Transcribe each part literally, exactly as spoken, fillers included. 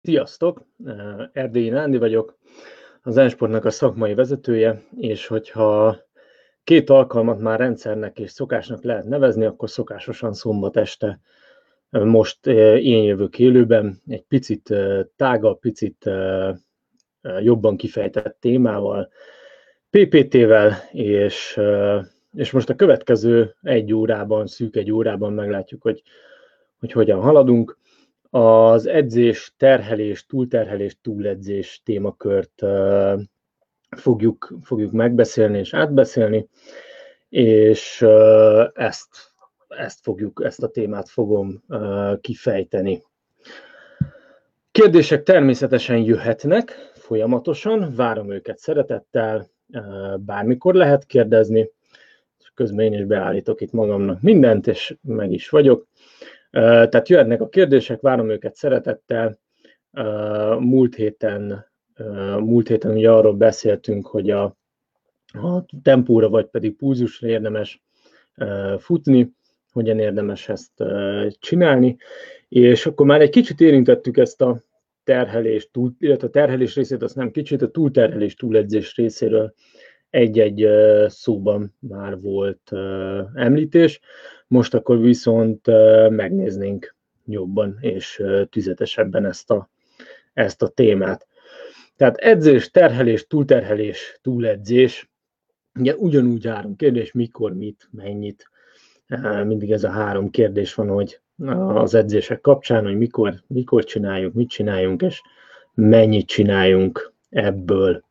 Sziasztok! Erdélyi Nándi vagyok, az N-Sportnak a szakmai vezetője, és hogyha két alkalmat már rendszernek és szokásnak lehet nevezni, akkor szokásosan szombat este most én jövök élőben, egy picit tágabb, picit jobban kifejtett témával, pé pé té-vel, és, és most a következő egy órában, szűk egy órában meglátjuk, hogy, hogy hogyan haladunk. Az edzés, terhelés, túlterhelés, túledzés témakört uh, fogjuk, fogjuk megbeszélni és átbeszélni, és uh, ezt, ezt fogjuk, ezt a témát fogom uh, kifejteni. Kérdések természetesen jöhetnek folyamatosan, várom őket szeretettel, uh, bármikor lehet kérdezni, és közben én is beállítok itt magamnak mindent, és meg is vagyok. Tehát jöhetnek a kérdések, várom őket szeretettel. Múlt héten, múlt héten ugye arról beszéltünk, hogy a, a tempóra vagy pedig pulzusra érdemes futni, hogyan érdemes ezt csinálni, és akkor már egy kicsit érintettük ezt a terhelés, túl, illetve a terhelés részét, azt nem kicsit, a túlterhelés, túledzés részéről egy-egy szóban már volt említés. Most akkor viszont megnéznénk jobban és tüzetesebben ezt a, ezt a témát. Tehát edzés, terhelés, túlterhelés, túledzés. Ugye ugyanúgy három kérdés, mikor, mit, mennyit. Mindig ez a három kérdés van, hogy az edzések kapcsán, hogy mikor, mikor csináljuk, mit csináljunk, és mennyit csináljunk ebből.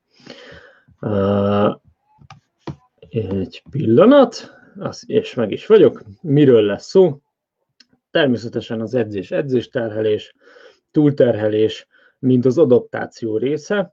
Egy pillanat, és meg is vagyok. Miről lesz szó? Természetesen az edzés, edzésterhelés, túlterhelés, mint az adaptáció része,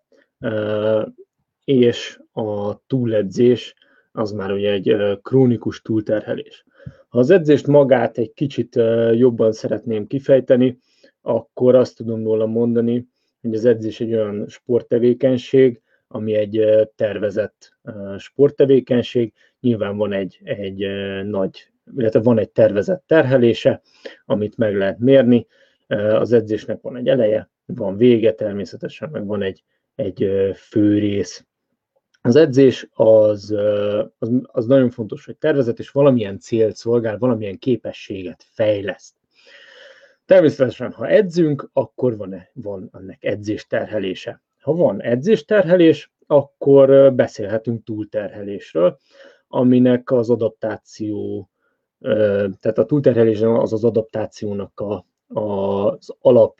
és a túledzés az már ugye egy krónikus túlterhelés. Ha az edzést magát egy kicsit jobban szeretném kifejteni, akkor azt tudom róla mondani, hogy az edzés egy olyan sporttevékenység, ami egy tervezett sporttevékenység, nyilván van egy, egy nagy, illetve van egy tervezett terhelése, amit meg lehet mérni. Az edzésnek van egy eleje, van vége természetesen, meg van egy, egy fő rész. Az edzés az, az, az nagyon fontos, hogy tervezett, és valamilyen célt szolgál, valamilyen képességet fejleszt. Természetesen, ha edzünk, akkor van, van ennek edzésterhelése. Ha van edzésterhelés, akkor beszélhetünk túlterhelésről, aminek az adaptáció, tehát a túlterhelés az az adaptációnak a, az alap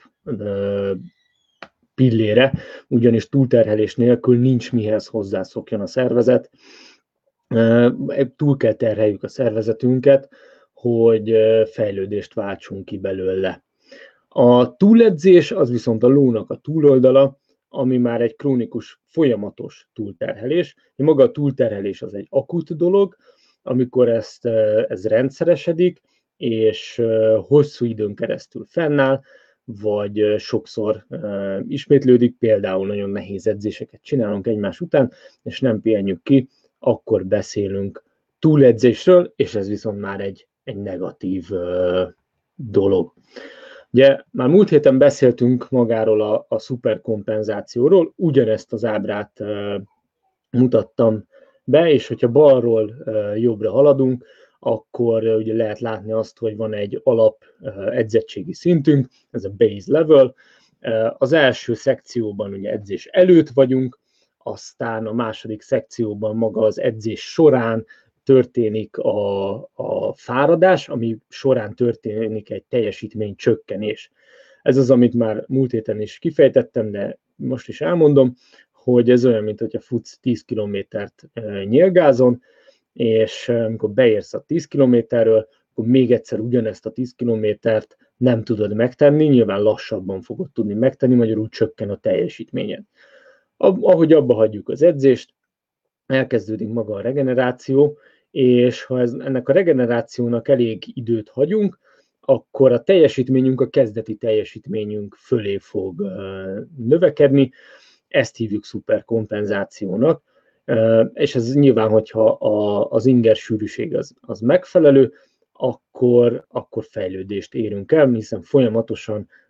pillére, ugyanis túlterhelés nélkül nincs mihez hozzászokjon a szervezet. Túl kell terheljük a szervezetünket, hogy fejlődést váltsunk ki belőle. A túledzés az viszont a lónak a túloldala, ami már egy krónikus, folyamatos túlterhelés. Maga a túlterhelés az egy akut dolog, amikor ezt, ez rendszeresedik, és hosszú időn keresztül fennáll, vagy sokszor ismétlődik, például nagyon nehéz edzéseket csinálunk egymás után, és nem pihenjük ki, akkor beszélünk túledzésről, és ez viszont már egy, egy negatív dolog. Ugye már múlt héten beszéltünk magáról a, a szuperkompenzációról, ugyanezt az ábrát uh, mutattam be, és hogyha balról uh, jobbra haladunk, akkor uh, ugye lehet látni azt, hogy van egy alap uh, edzettségi szintünk, ez a base level. Uh, az első szekcióban ugye edzés előtt vagyunk, aztán a második szekcióban maga az edzés során történik a, a fáradás, ami során történik egy teljesítmény csökkenés. Ez az, amit már múlt héten is kifejtettem, de most is elmondom, hogy ez olyan, mint hogyha futsz tíz kilométert nyílgázon, és amikor beérsz a tíz kilométerről, akkor még egyszer ugyanezt a tíz kilométert nem tudod megtenni, nyilván lassabban fogod tudni megtenni, magyarul csökken a teljesítményed. Ahogy abba hagyjuk az edzést, elkezdődik maga a regeneráció, és ha ez, ennek a regenerációnak elég időt hagyunk, akkor a teljesítményünk, a kezdeti teljesítményünk fölé fog uh, növekedni, ezt hívjuk szuperkompenzációnak, uh, és ez nyilván, hogyha a, az inger sűrűség az, az megfelelő, akkor, akkor fejlődést érünk el, hiszen folyamatosan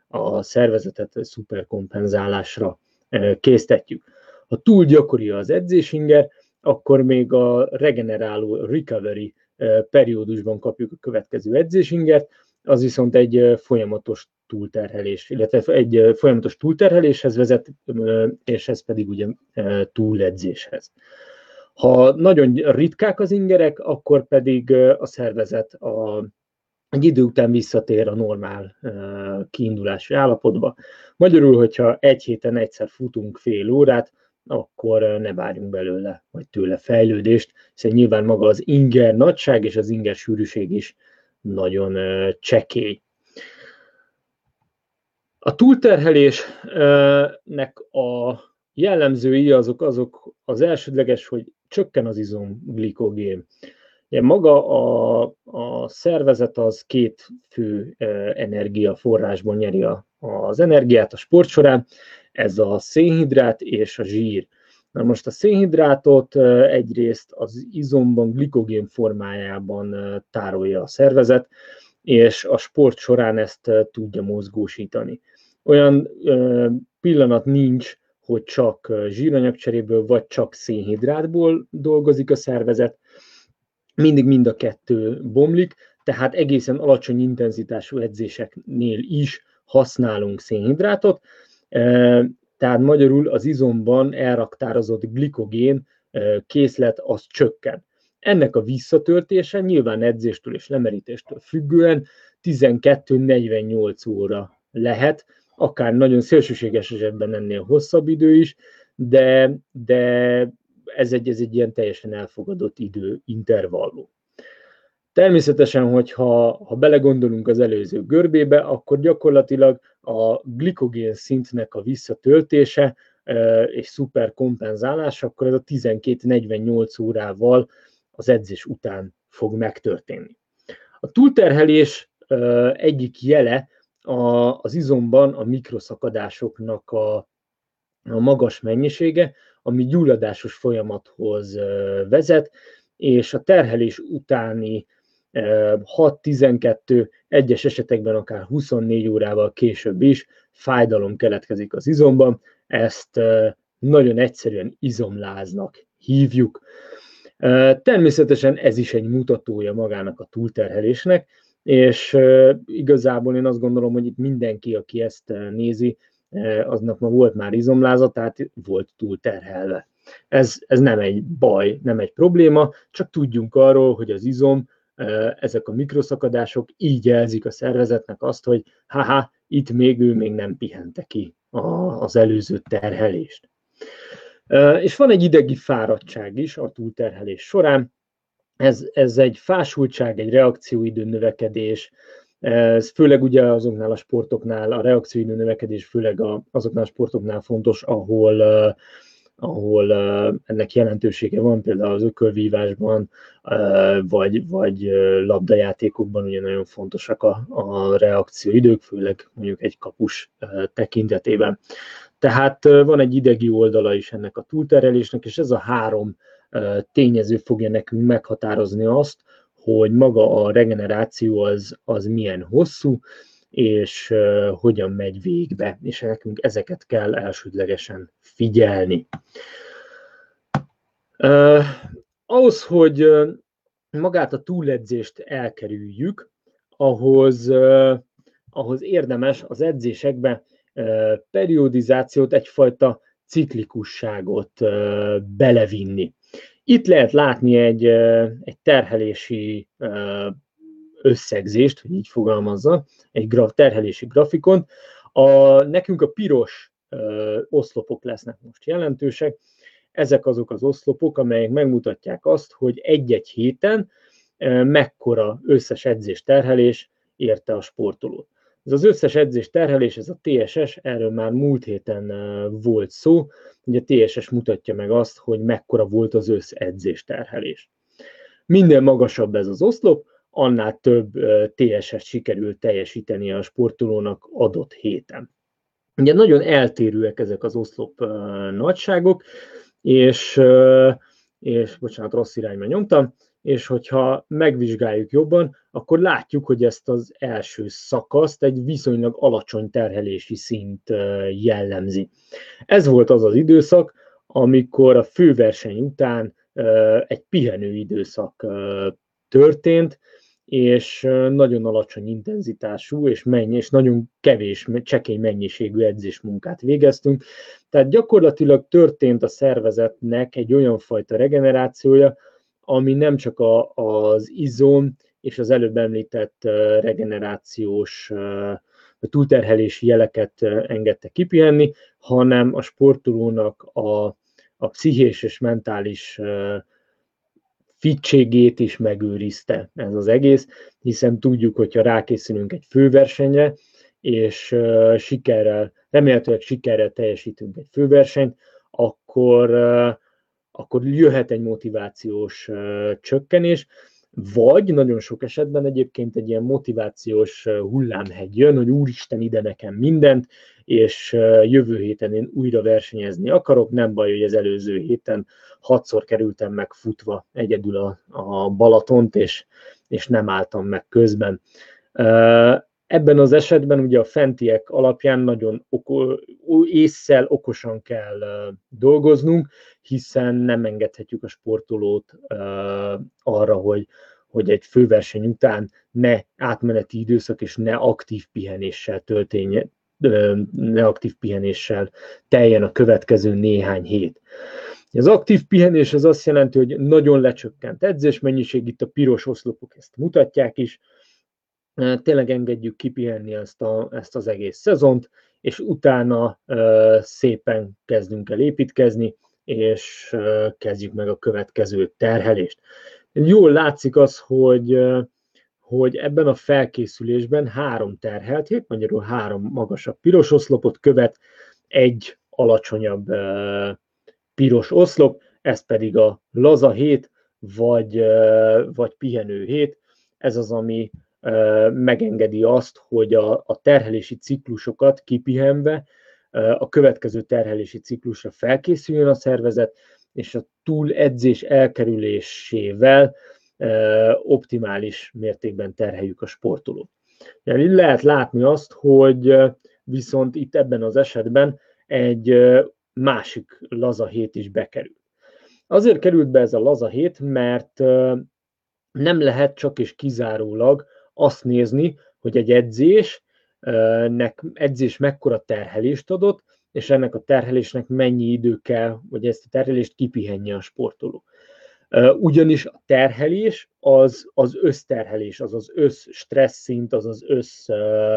a szervezetet szuperkompenzálásra késztetjük. Ha túl gyakori az edzésinger, akkor még a regeneráló recovery periódusban kapjuk a következő edzésingert, az viszont egy folyamatos túlterhelés, illetve egy folyamatos túlterheléshez vezet, és ez pedig ugye túledzéshez. Ha nagyon ritkák az ingerek, akkor pedig a szervezet a, egy idő után visszatér a normál kiindulási állapotba. Magyarul, hogyha egy héten egyszer futunk fél órát, akkor ne várjunk belőle, vagy tőle fejlődést, hiszen nyilván maga az inger nagyság és az inger sűrűség is nagyon csekély. A túlterhelésnek a jellemzői azok, azok az elsődleges, hogy csökken az izomglikogén. Ugye maga a, a szervezet az két fő energiaforrásból nyeri a, az energiát a sport során, ez a szénhidrát és a zsír. Na most a szénhidrátot egyrészt az izomban, glikogén formájában tárolja a szervezet, és a sport során ezt tudja mozgósítani. Olyan pillanat nincs, hogy csak zsíranyagcseréből vagy csak szénhidrátból dolgozik a szervezet, mindig mind a kettő bomlik, tehát egészen alacsony intenzitású edzéseknél is használunk szénhidrátot, tehát magyarul az izomban elraktározott glikogén készlet az csökken. Ennek a visszatöltése nyilván edzéstől és lemerítéstől függően tizenkettő-negyvennyolc óra lehet, akár nagyon szélsőséges esetben ennél hosszabb idő is, de, de ez, egy, ez egy ilyen teljesen elfogadott időintervallum. Természetesen, hogyha ha belegondolunk az előző görbébe, akkor gyakorlatilag a glikogén szintnek a visszatöltése és szuperkompenzálása, akkor ez a tizenkettő-negyvennyolc órával az edzés után fog megtörténni. A túlterhelés egyik jele az izomban a mikroszakadásoknak a, a magas mennyisége, ami gyulladásos folyamathoz vezet, és a terhelés utáni hat-tizenkettő, egyes esetekben akár huszonnégy órával később is fájdalom keletkezik az izomban, ezt nagyon egyszerűen izomláznak hívjuk. Természetesen ez is egy mutatója magának a túlterhelésnek, és igazából én azt gondolom, hogy itt mindenki, aki ezt nézi, aznak ma volt már izomláza, tehát volt túlterhelve. Ez, ez nem egy baj, nem egy probléma, csak tudjunk arról, hogy az izom, ezek a mikroszakadások így jelzik a szervezetnek azt, hogy haha, itt még ő még nem pihente ki az előző terhelést. És van egy idegi fáradtság is a túlterhelés során, ez, ez egy fásultság, egy reakcióidő növekedés, ez főleg ugye azoknál a sportoknál, a reakcióidő növekedés főleg azoknál a sportoknál fontos, ahol, ahol ennek jelentősége van, például az ökölvívásban, vagy, vagy labdajátékokban ugye nagyon fontosak a, a reakcióidők, főleg mondjuk egy kapus tekintetében. Tehát van egy idegi oldala is ennek a túlterhelésnek, és ez a három tényező fogja nekünk meghatározni azt, hogy maga a regeneráció az, az milyen hosszú, és uh, hogyan megy végbe, és nekünk ezeket kell elsődlegesen figyelni. Uh, ahhoz, hogy uh, magát a túledzést elkerüljük, ahhoz, uh, ahhoz érdemes az edzésekbe uh, periodizációt, egyfajta ciklikusságot uh, belevinni. Itt lehet látni egy, egy terhelési összegzést, hogy így fogalmazza, egy graf, terhelési grafikont. A, nekünk a piros oszlopok lesznek most jelentősek. Ezek azok az oszlopok, amelyek megmutatják azt, hogy egy-egy héten mekkora összes edzés terhelés érte a sportolót. Ez az összes edzés terhelés, ez a té es es, erről már múlt héten volt szó, ugye a té es es mutatja meg azt, hogy mekkora volt az összedzés terhelés. Minél magasabb ez az oszlop, annál több té es es sikerült teljesíteni a sportolónak adott héten. Ugye nagyon eltérőek ezek az oszlop nagyságok, és, és bocsánat, rossz irányba nyomtam, és hogyha megvizsgáljuk jobban, akkor látjuk, hogy ezt az első szakaszt egy viszonylag alacsony terhelési szint jellemzi. Ez volt az az időszak, amikor a főverseny után egy pihenő időszak történt, és nagyon alacsony intenzitású és, mennyi, és nagyon kevés, csekély mennyiségű edzésmunkát végeztünk. Tehát gyakorlatilag történt a szervezetnek egy olyan fajta regenerációja, ami nem csak a, az izom és az előbb említett regenerációs vagy túlterhelési jeleket engedte kipihenni, hanem a sportolónak a, a pszichés és mentális fittségét is megőrizte ez az egész, hiszen tudjuk, hogyha rákészülünk egy főversenyre, és uh, sikerrel, remélhetőleg sikerrel teljesítünk egy főversenyt, akkor, uh, akkor jöhet egy motivációs uh, csökkenés, vagy nagyon sok esetben egyébként egy ilyen motivációs uh, hullámhegy jön, hogy úristen, ide nekem mindent, és uh, jövő héten én újra versenyezni akarok, nem baj, hogy az előző héten hatszor kerültem meg futva egyedül a, a Balatont, és, és nem álltam meg közben. Ebben az esetben ugye a fentiek alapján nagyon oko, ésszel, okosan kell dolgoznunk, hiszen nem engedhetjük a sportolót arra, hogy, hogy egy főverseny után ne átmeneti időszak és ne aktív pihenéssel történjen, ne aktív pihenéssel teljen a következő néhány hét. Az aktív pihenés az azt jelenti, hogy nagyon lecsökkent edzésmennyiség, itt a piros oszlopok ezt mutatják is, tényleg engedjük kipihenni ezt, a, ezt az egész szezont, és utána uh, szépen kezdünk el építkezni, és uh, kezdjük meg a következő terhelést. Jól látszik az, hogy, uh, hogy ebben a felkészülésben három terhelt hét, magyarul három magasabb piros oszlopot követ, egy alacsonyabb uh, piros oszlop, ez pedig a laza hét, vagy, vagy pihenő hét. Ez az, ami megengedi azt, hogy a, a terhelési ciklusokat kipihenve a következő terhelési ciklusra felkészüljön a szervezet, és a túledzés elkerülésével optimális mértékben terheljük a sportolót. Lehet látni azt, hogy viszont itt ebben az esetben egy másik laza hét is bekerült. Azért került be ez a laza hét, mert nem lehet csak és kizárólag azt nézni, hogy egy edzésnek, edzés mekkora terhelést adott, és ennek a terhelésnek mennyi idő kell, hogy ezt a terhelést kipihenje a sportoló. Ugyanis a terhelés az az összterhelés, az az összstressz szint, az az össz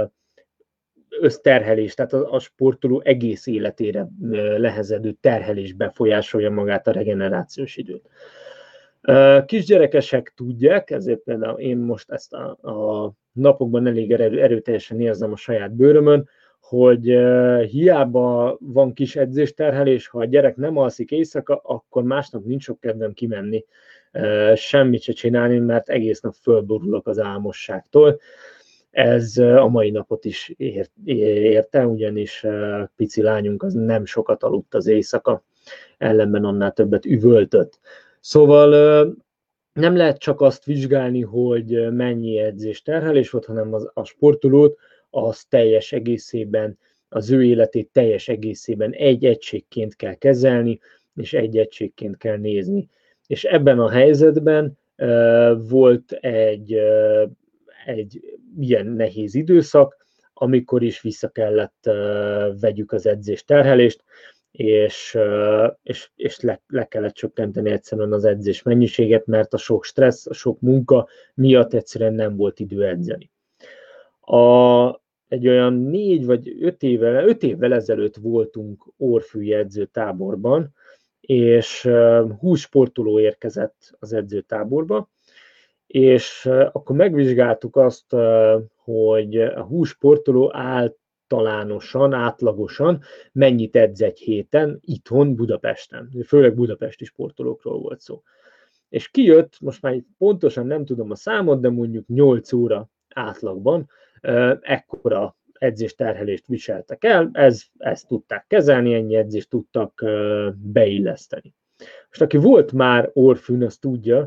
összterhelés, tehát a, a sportoló egész életére lehezedő terhelés befolyásolja magát a regenerációs időt. Kisgyerekesek tudják, ezért például én most ezt a, a napokban elég erő, erőteljesen érzem a saját bőrömön, hogy hiába van kis edzésterhelés, ha a gyerek nem alszik éjszaka, akkor másnap nincs sok kedvem kimenni, semmit se csinálni, mert egész nap fölborulok az álmosságtól. Ez a mai napot is érte, ugyanis pici lányunk az nem sokat aludt az éjszaka, ellenben annál többet üvöltött. Szóval nem lehet csak azt vizsgálni, hogy mennyi edzés terhelés volt, hanem az, a sportolót az teljes egészében, az ő életét teljes egészében egy egységként kell kezelni, és egy egységként kell nézni. És ebben a helyzetben uh, volt egy, uh, egy ilyen nehéz időszak, amikor is vissza kellett uh, vegyük az edzés terhelést, és, uh, és, és le, le kellett csökkenteni egyszerűen az edzés mennyiséget, mert a sok stressz, a sok munka miatt egyszerűen nem volt idő edzeni. A, egy olyan négy vagy öt évvel, öt évvel ezelőtt voltunk Orrfűi edzőtáborban, és húsz sportoló érkezett az edzőtáborba, és akkor megvizsgáltuk azt, hogy a húsz sportoló általánosan, átlagosan mennyit edz egy héten itthon Budapesten. Főleg budapesti sportolókról volt szó. És kijött, most már pontosan nem tudom a számot, de mondjuk nyolc óra átlagban ekkora edzésterhelést viseltek el, ez, ezt tudták kezelni, ennyi edzést tudtak beilleszteni. Most aki volt már Orrfűn, az tudja,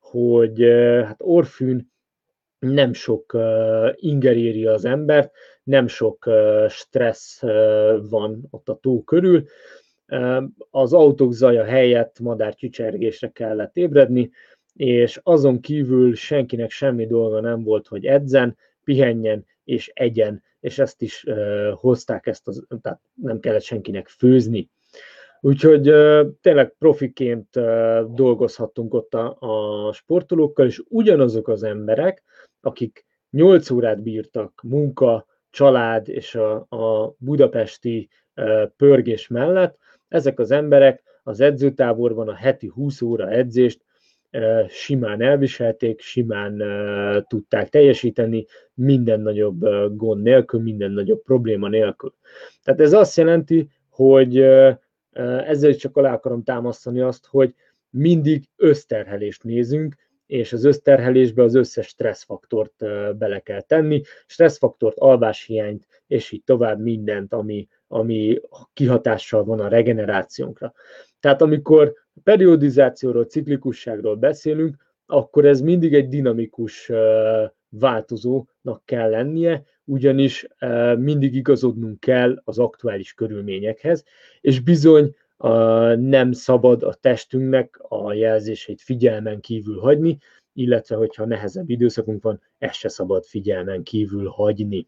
hogy hát orrfűn nem sok inger éri az embert, nem sok stressz van ott a tó körül. Az autók zaja helyett madárcsicsergésre kellett ébredni, és azon kívül senkinek semmi dolga nem volt, hogy edzen, pihenjen és egyen, és ezt is hozták, ezt az, tehát nem kellett senkinek főzni. Úgyhogy tényleg profiként dolgozhattunk ott a, a sportolókkal, és ugyanazok az emberek, akik nyolc órát bírtak munka, család és a, a budapesti pörgés mellett, ezek az emberek az edzőtáborban a heti húsz óra edzést simán elviselték, simán tudták teljesíteni, minden nagyobb gond nélkül, minden nagyobb probléma nélkül. Tehát ez azt jelenti, hogy ezzel csak alá akarom támasztani azt, hogy mindig összterhelést nézünk, és az összterhelésbe az összes stresszfaktort bele kell tenni, stresszfaktort, alváshiányt, és így tovább mindent, ami, ami kihatással van a regenerációnkra. Tehát amikor periodizációról, ciklikusságról beszélünk, akkor ez mindig egy dinamikus változónak kell lennie, ugyanis mindig igazodnunk kell az aktuális körülményekhez, és bizony nem szabad a testünknek a jelzéseit figyelmen kívül hagyni, illetve hogyha nehezebb időszakunk van, ezt se szabad figyelmen kívül hagyni.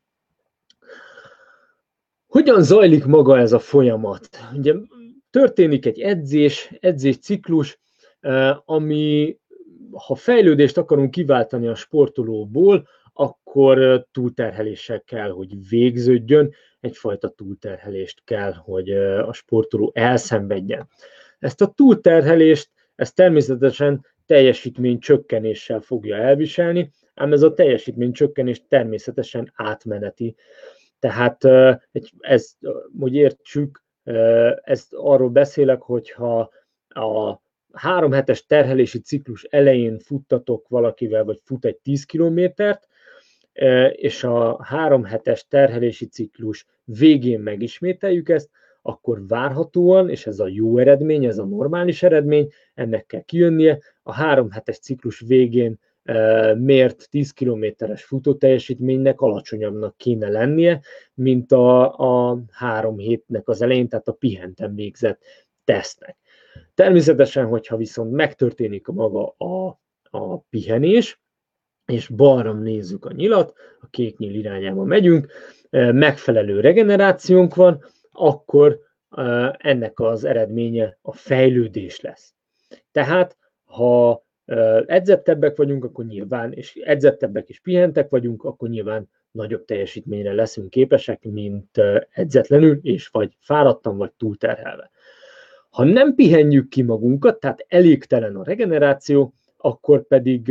Hogyan zajlik maga ez a folyamat? Ugye történik egy edzés, edzésciklus, ami, ha fejlődést akarunk kiváltani a sportolóból, akkor túlterheléssel kell, hogy végződjön, egyfajta túlterhelést kell, hogy a sportoló elszenvedjen. Ezt a túlterhelést, ezt természetesen teljesítmény csökkenéssel fogja elviselni, ám ez a teljesítmény csökkenés természetesen átmeneti. Tehát ez, hogy értsük, ezt arról beszélek, hogyha a három hetes terhelési ciklus elején futtatok valakivel, vagy fut egy tíz kilométert, és a három hetes terhelési ciklus végén megismételjük ezt, akkor várhatóan, és ez a jó eredmény, ez a normális eredmény, ennek kell kijönnie, a három hetes ciklus végén mért tíz kilométeres futóteljesítménynek alacsonyabbnak kéne lennie, mint a, a három hétnek az elején, tehát a pihenten végzett tesztnek. Természetesen, hogyha viszont megtörténik maga a, a pihenés, és balra nézzük a nyilat, a kék nyíl irányába megyünk, megfelelő regenerációnk van, akkor ennek az eredménye a fejlődés lesz. Tehát, ha edzettebbek vagyunk, akkor nyilván, és edzettebbek és pihentek vagyunk, akkor nyilván nagyobb teljesítményre leszünk képesek, mint edzetlenül, és vagy fáradtan, vagy túlterhelve. Ha nem pihenjük ki magunkat, tehát elégtelen a regeneráció, akkor pedig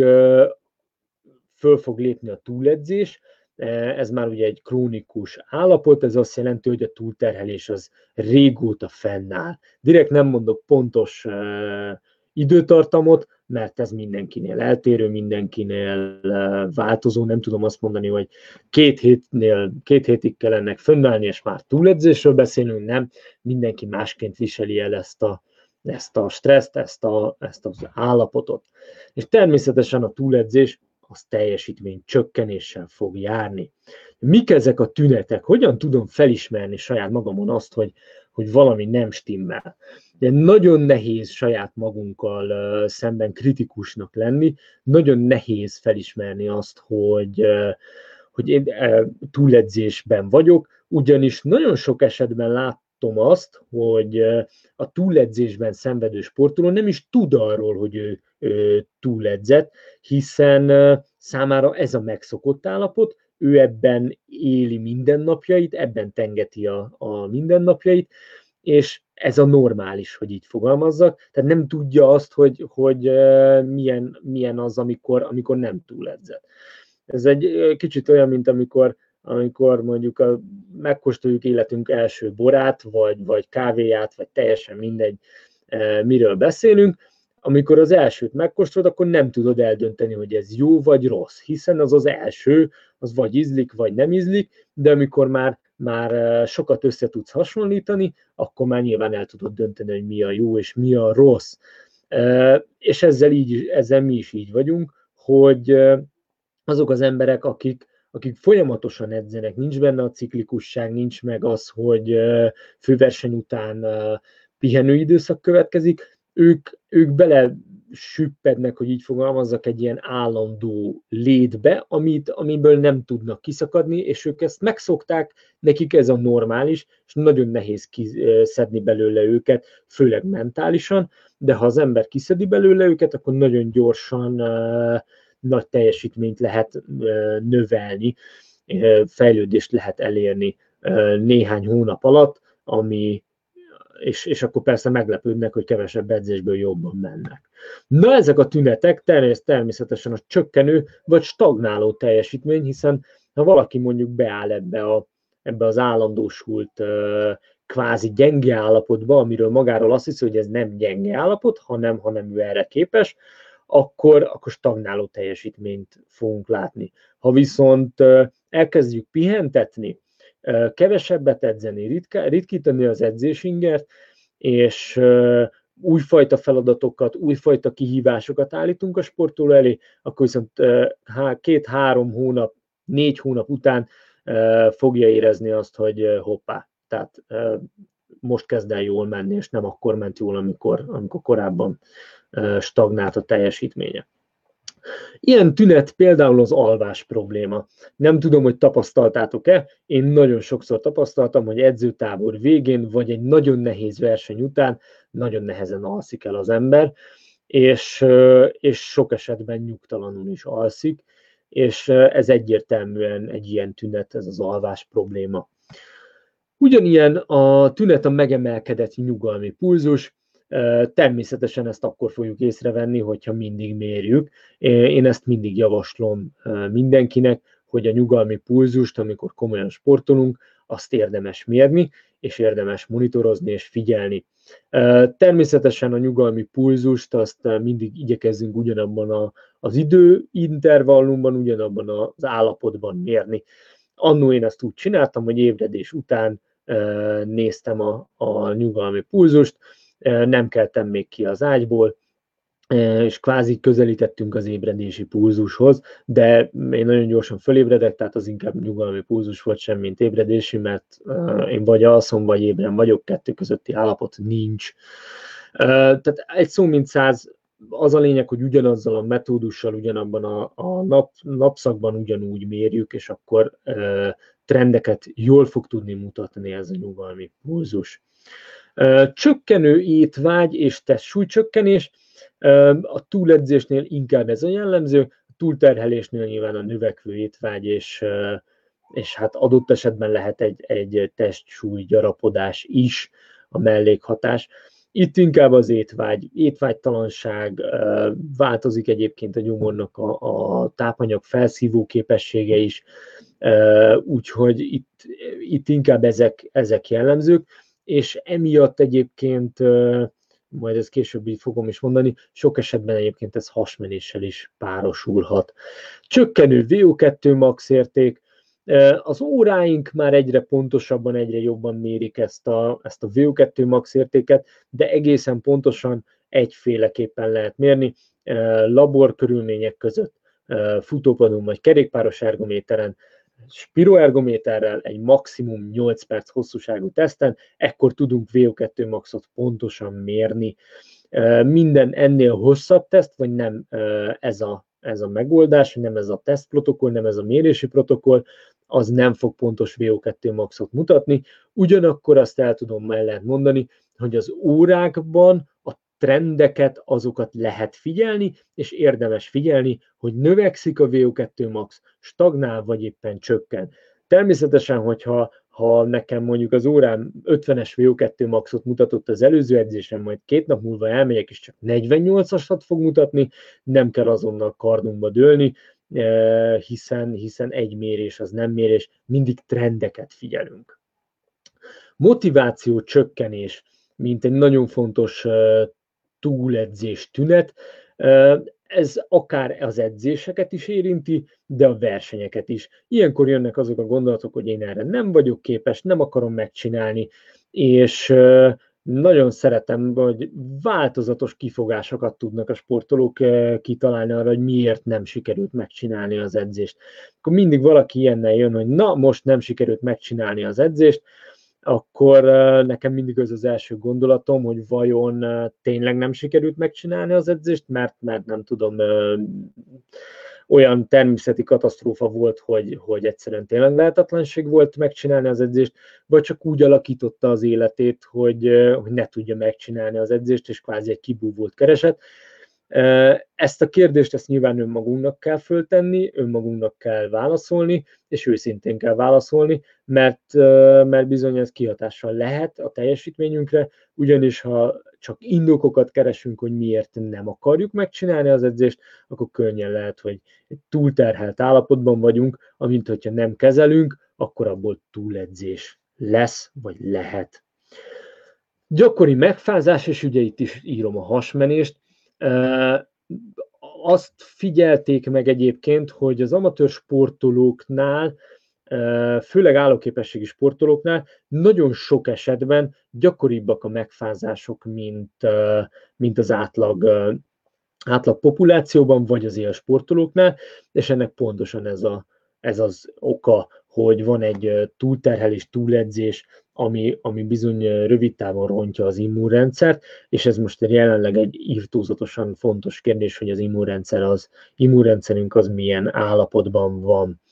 föl fog lépni a túledzés. Ez már ugye egy krónikus állapot, ez azt jelenti, hogy a túlterhelés az régóta fennáll. Direkt nem mondok pontos időtartamot, mert ez mindenkinél eltérő, mindenkinél változó, nem tudom azt mondani, hogy két hétnél, két hétig kell ennek fönnállni, és már túledzésről beszélünk, nem, mindenki másként viseli el ezt a, ezt a stresszt, ezt, a, ezt az állapotot. És természetesen a túledzés az teljesítmény csökkenéssel fog járni. Mik ezek a tünetek? Hogyan tudom felismerni saját magamon azt, hogy, hogy valami nem stimmel? De nagyon nehéz saját magunkkal szemben kritikusnak lenni, nagyon nehéz felismerni azt, hogy, hogy én túledzésben vagyok, ugyanis nagyon sok esetben látom azt, hogy a túledzésben szenvedő sportoló nem is tud arról, hogy ő, ő túledzett, hiszen számára ez a megszokott állapot, ő ebben éli mindennapjait, ebben tengeti a, a mindennapjait, és ez a normális, hogy így fogalmazzak, tehát nem tudja azt, hogy, hogy milyen, milyen az, amikor, amikor nem túledzett. Ez egy kicsit olyan, mint amikor, amikor mondjuk a, megkóstoljuk életünk első borát, vagy, vagy kávéját, vagy teljesen mindegy, miről beszélünk. Amikor az elsőt megkóstolod, akkor nem tudod eldönteni, hogy ez jó vagy rossz, hiszen az az első, az vagy ízlik, vagy nem ízlik, de amikor már, már sokat össze tudsz hasonlítani, akkor már nyilván el tudod dönteni, hogy mi a jó és mi a rossz. És ezzel, így, ezzel mi is így vagyunk, hogy azok az emberek, akik, akik folyamatosan edzenek, nincs benne a ciklikusság, nincs meg az, hogy főverseny után pihenőidőszak következik, ők, ők bele süppednek, hogy így fogalmazzak, egy ilyen állandó létbe, amit, amiből nem tudnak kiszakadni, és ők ezt megszokták, nekik ez a normális, és nagyon nehéz kiszedni belőle őket, főleg mentálisan, de ha az ember kiszedi belőle őket, akkor nagyon gyorsan uh, nagy teljesítményt lehet uh, növelni, uh, fejlődést lehet elérni uh, néhány hónap alatt, ami És, és akkor persze meglepődnek, hogy kevesebb edzésből jobban mennek. Na, ezek a tünetek természetesen a csökkenő vagy stagnáló teljesítmény, hiszen ha valaki mondjuk beáll ebbe, a, ebbe az állandósult kvázi gyenge állapotba, amiről magáról azt hiszi, hogy ez nem gyenge állapot, hanem, hanem ő erre képes, akkor, akkor stagnáló teljesítményt fogunk látni. Ha viszont elkezdjük pihentetni, kevesebbet edzeni, ritka, ritkítani az edzésingert, és uh, újfajta feladatokat, újfajta kihívásokat állítunk a sportoló elé, akkor viszont uh, két-három hónap, négy hónap után uh, fogja érezni azt, hogy uh, hoppá, tehát uh, most kezd el jól menni, és nem akkor ment jól, amikor, amikor korábban uh, stagnált a teljesítménye. Ilyen tünet például az alvás probléma. Nem tudom, hogy tapasztaltátok-e, én nagyon sokszor tapasztaltam, hogy edzőtábor végén, vagy egy nagyon nehéz verseny után nagyon nehezen alszik el az ember, és, és sok esetben nyugtalanul is alszik, és ez egyértelműen egy ilyen tünet, ez az alvás probléma. Ugyanilyen a tünet a megemelkedett nyugalmi pulzus. Természetesen ezt akkor fogjuk észrevenni, hogyha mindig mérjük. Én ezt mindig javaslom mindenkinek, hogy a nyugalmi pulzust, amikor komolyan sportolunk, azt érdemes mérni, és érdemes monitorozni és figyelni. Természetesen a nyugalmi pulzust azt mindig igyekezzünk ugyanabban a, az időintervallumban, ugyanabban az állapotban mérni. Annó én ezt úgy csináltam, hogy ébredés után néztem a, a nyugalmi pulzust, nem keltem még ki az ágyból, és kvázi közelítettünk az ébredési pulzushoz, de én nagyon gyorsan fölébredek, tehát az inkább nyugalmi pulzus volt sem, mint ébredési, mert én vagy alszom, vagy ébren vagyok, kettő közötti állapot nincs. Tehát egy szó mint száz, az a lényeg, hogy ugyanazzal a metódussal, ugyanabban a, a nap, napszakban ugyanúgy mérjük, és akkor trendeket jól fog tudni mutatni ez a nyugalmi pulzus. Csökkenő étvágy és testsúlycsökkenés, a túledzésnél inkább ez a jellemző, a túlterhelésnél nyilván a növekvő étvágy, és, és hát adott esetben lehet egy, egy testsúly gyarapodás is a mellékhatás. Itt inkább az étvágy, étvágytalanság, változik egyébként a gyomornak a, a tápanyag felszívó képessége is, úgyhogy itt, itt inkább ezek, ezek jellemzők, és emiatt egyébként, majd ezt később így fogom is mondani, sok esetben egyébként ez hasmenéssel is párosulhat. Csökkenő vé o kettő max érték, az óráink már egyre pontosabban, egyre jobban mérik ezt a, ezt a vé o kettő max értéket, de egészen pontosan egyféleképpen lehet mérni, laborkörülmények között, futópadon vagy kerékpáros ergométeren, spiroergométerrel egy maximum nyolc perc hosszúságú teszten, ekkor tudunk vé o kettő maxot pontosan mérni. Minden ennél hosszabb teszt, vagy nem ez a, ez a megoldás, nem ez a tesztprotokoll, nem ez a mérési protokoll, az nem fog pontos vé o kettő maxot mutatni. Ugyanakkor azt el tudom mellett mondani, hogy az órákban a trendeket, azokat lehet figyelni, és érdemes figyelni, hogy növekszik a vé o kettő max, stagnál, vagy éppen csökken. Természetesen, hogyha ha nekem mondjuk az órám ötvenes vé o kettő maxot mutatott az előző edzésen, majd két nap múlva elmegyek, és csak negyvennyolcasat fog mutatni, nem kell azonnal kardunkba dőlni, hiszen, hiszen egy mérés az nem mérés, mindig trendeket figyelünk. Motiváció csökkenés, mint egy nagyon fontos túledzés tünet, ez akár az edzéseket is érinti, de a versenyeket is. Ilyenkor jönnek azok a gondolatok, hogy én erre nem vagyok képes, nem akarom megcsinálni, és nagyon szeretem, hogy változatos kifogásokat tudnak a sportolók kitalálni arra, hogy miért nem sikerült megcsinálni az edzést. Akkor mindig valaki ilyennel jön, hogy na, most nem sikerült megcsinálni az edzést, akkor nekem mindig az az első gondolatom, hogy vajon tényleg nem sikerült megcsinálni az edzést, mert, mert nem tudom, olyan természeti katasztrófa volt, hogy, hogy egyszerűen tényleg lehetetlenség volt megcsinálni az edzést, vagy csak úgy alakította az életét, hogy, hogy ne tudja megcsinálni az edzést, és kvázi egy kibúvót keresett. Ezt a kérdést ezt nyilván önmagunknak kell föltenni, önmagunknak kell válaszolni, és őszintén kell válaszolni, mert, mert bizony ez kihatással lehet a teljesítményünkre, ugyanis ha csak indokokat keresünk, hogy miért nem akarjuk megcsinálni az edzést, akkor könnyen lehet, hogy túlterhelt állapotban vagyunk, amint hogyha nem kezelünk, akkor abból túledzés lesz, vagy lehet. Gyakori megfázás, és ugye itt is írom a hasmenést. Azt figyelték meg egyébként, hogy az amatőr sportolóknál, főleg állóképességi sportolóknál nagyon sok esetben gyakoribbak a megfázások, mint, mint az átlag, átlag populációban, vagy az ilyen sportolóknál, és ennek pontosan ez, a, ez az oka, hogy van egy túlterhelés, túledzés, ami, ami bizony rövid távon rontja az immunrendszert, és ez most jelenleg egy irtózatosan fontos kérdés, hogy az immunrendszer az, immunrendszerünk az milyen állapotban van.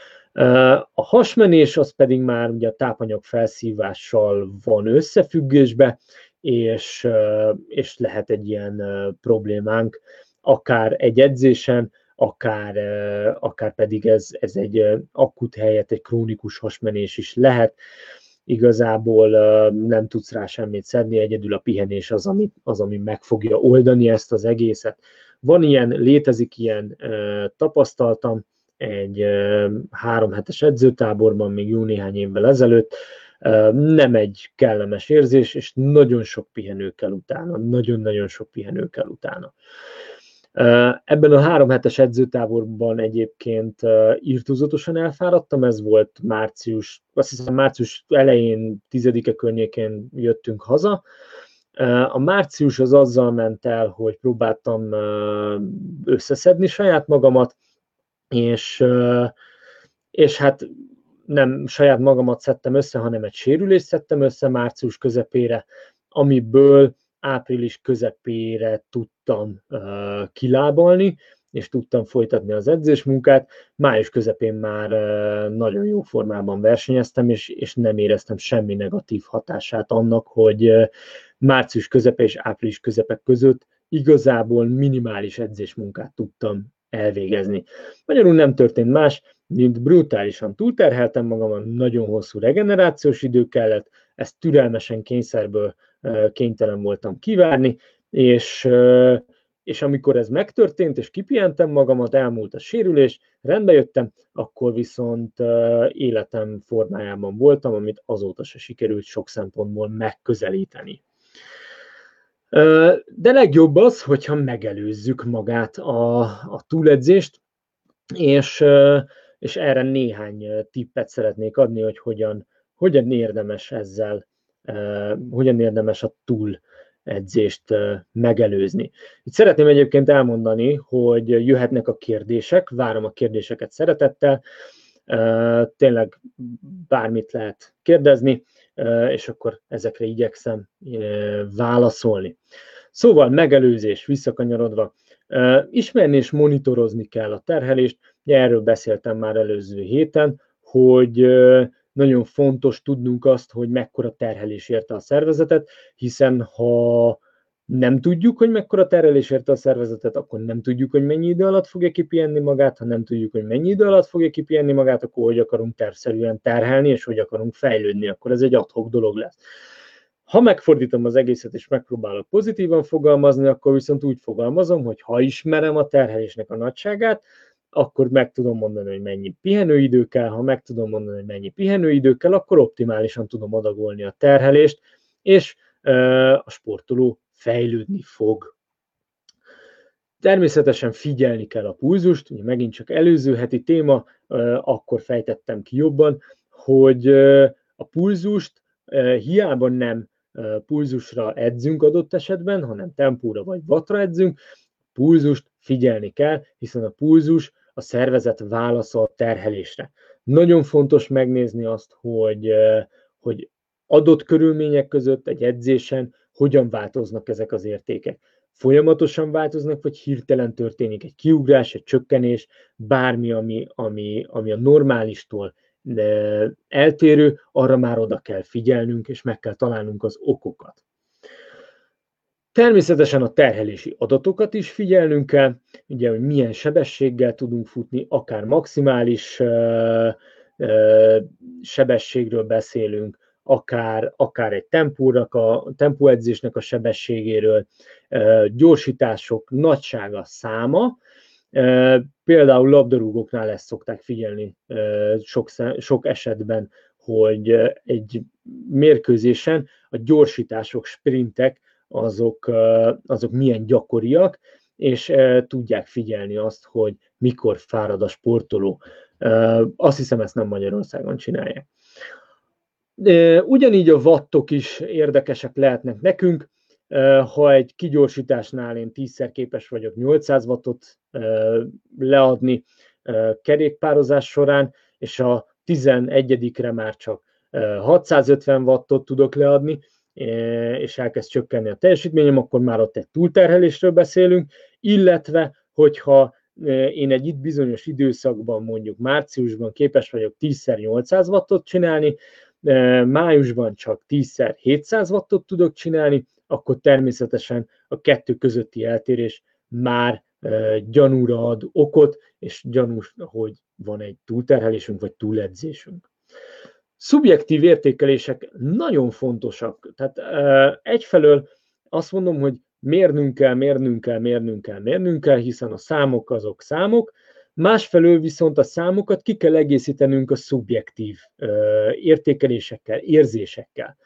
A hasmenés az pedig már ugye a tápanyag felszívással van összefüggésbe, és, és lehet egy ilyen problémánk, akár egy edzésen, akár, akár pedig ez, ez egy akut helyett egy krónikus hasmenés is lehet. Igazából nem tudsz rá semmit szedni, egyedül a pihenés az, ami, az, ami meg fogja oldani ezt az egészet. Van ilyen, létezik ilyen, tapasztaltam egy három hetes edzőtáborban még jó néhány évvel ezelőtt, nem egy kellemes érzés, és nagyon sok pihenő kell utána, nagyon-nagyon sok pihenő kell utána. Ebben a három hetes edzőtáborban egyébként irtózatosan elfáradtam, ez volt március, azt hiszem március elején, tizedike környékén jöttünk haza. A március az azzal ment el, hogy próbáltam összeszedni saját magamat, és, és hát nem saját magamat szedtem össze, hanem egy sérülést szedtem össze március közepére, amiből április közepére tudtam uh, kilábalni, és tudtam folytatni az edzésmunkát. Május közepén már uh, nagyon jó formában versenyeztem, és, és nem éreztem semmi negatív hatását annak, hogy uh, március közepe és április közepek között igazából minimális edzésmunkát tudtam elvégezni. Magyarul nem történt más, mint brutálisan túlterheltem magam, nagyon hosszú regenerációs idő kellett, ezt türelmesen kényszerből kénytelen voltam kivárni, és, és amikor ez megtörtént, és kipihentem magamat, elmúlt a sérülés, rendbe jöttem, akkor viszont életem formájában voltam, amit azóta se sikerült sok szempontból megközelíteni. De legjobb az, hogyha megelőzzük magát a, a túledzést, és, és erre néhány tippet szeretnék adni, hogy hogyan, hogyan érdemes ezzel, hogyan érdemes a túledzést megelőzni. Itt szeretném egyébként elmondani, hogy jöhetnek a kérdések, várom a kérdéseket szeretettel, tényleg bármit lehet kérdezni, és akkor ezekre igyekszem válaszolni. Szóval megelőzés, visszakanyarodva, ismerni és monitorozni kell a terhelést, erről beszéltem már előző héten, hogy nagyon fontos tudnunk azt, hogy mekkora terhelés érte a szervezetet, hiszen ha nem tudjuk, hogy mekkora terhelés érte a szervezetet, akkor nem tudjuk, hogy mennyi idő alatt fogja kipihenni magát, ha nem tudjuk, hogy mennyi idő alatt fogja kipihenni magát, akkor hogy akarunk tervszerűen terhelni, és hogy akarunk fejlődni, akkor ez egy ad hoc dolog lesz. Ha megfordítom az egészet, és megpróbálok pozitívan fogalmazni, akkor viszont úgy fogalmazom, hogy ha ismerem a terhelésnek a nagyságát, akkor meg tudom mondani, hogy mennyi pihenőidő kell, ha meg tudom mondani, hogy mennyi pihenőidő kell, akkor optimálisan tudom adagolni a terhelést, és a sportoló fejlődni fog. Természetesen figyelni kell a pulzust, ugye megint csak előző heti téma, akkor fejtettem ki jobban, hogy a pulzust hiába nem pulzusra edzünk adott esetben, hanem tempóra vagy wattra edzünk, pulzust figyelni kell, hiszen a pulzus a szervezet válasza a terhelésre. Nagyon fontos megnézni azt, hogy, hogy adott körülmények között egy edzésen hogyan változnak ezek az értékek. Folyamatosan változnak, vagy hirtelen történik egy kiugrás, egy csökkenés, bármi, ami, ami, ami a normálistól eltérő, arra már oda kell figyelnünk, és meg kell találnunk az okokat. Természetesen a terhelési adatokat is figyelnünk kell, ugye, hogy milyen sebességgel tudunk futni, akár maximális uh, uh, sebességről beszélünk, akár, akár egy tempónak a, tempóedzésnek a sebességéről, uh, gyorsítások nagysága, száma. Uh, például labdarúgóknál ezt szokták figyelni uh, sok, sok esetben, hogy uh, egy mérkőzésen a gyorsítások, sprintek, azok, azok milyen gyakoriak, és tudják figyelni azt, hogy mikor fárad a sportoló. Azt hiszem, ezt nem Magyarországon csinálják. Ugyanígy a wattok is érdekesek lehetnek nekünk. Ha egy kigyorsításnál én tízszer képes vagyok nyolcszáz wattot leadni kerékpározás során, és a tizenegyedikre már csak hatszázötven wattot tudok leadni, és elkezd csökkenni a teljesítményem, akkor már ott egy túlterhelésről beszélünk, illetve, hogyha én egy itt bizonyos időszakban, mondjuk márciusban képes vagyok tízszer nyolcszáz wattot csinálni, májusban csak tízszer hétszáz wattot tudok csinálni, akkor természetesen a kettő közötti eltérés már gyanúra ad okot, és gyanús, hogy van egy túlterhelésünk, vagy túledzésünk. Szubjektív értékelések nagyon fontosak. Tehát egyfelől azt mondom, hogy mérnünk kell, mérnünk kell, mérnünk kell, mérnünk kell, hiszen a számok azok számok, másfelől viszont a számokat ki kell egészítenünk a szubjektív értékelésekkel, érzésekkel.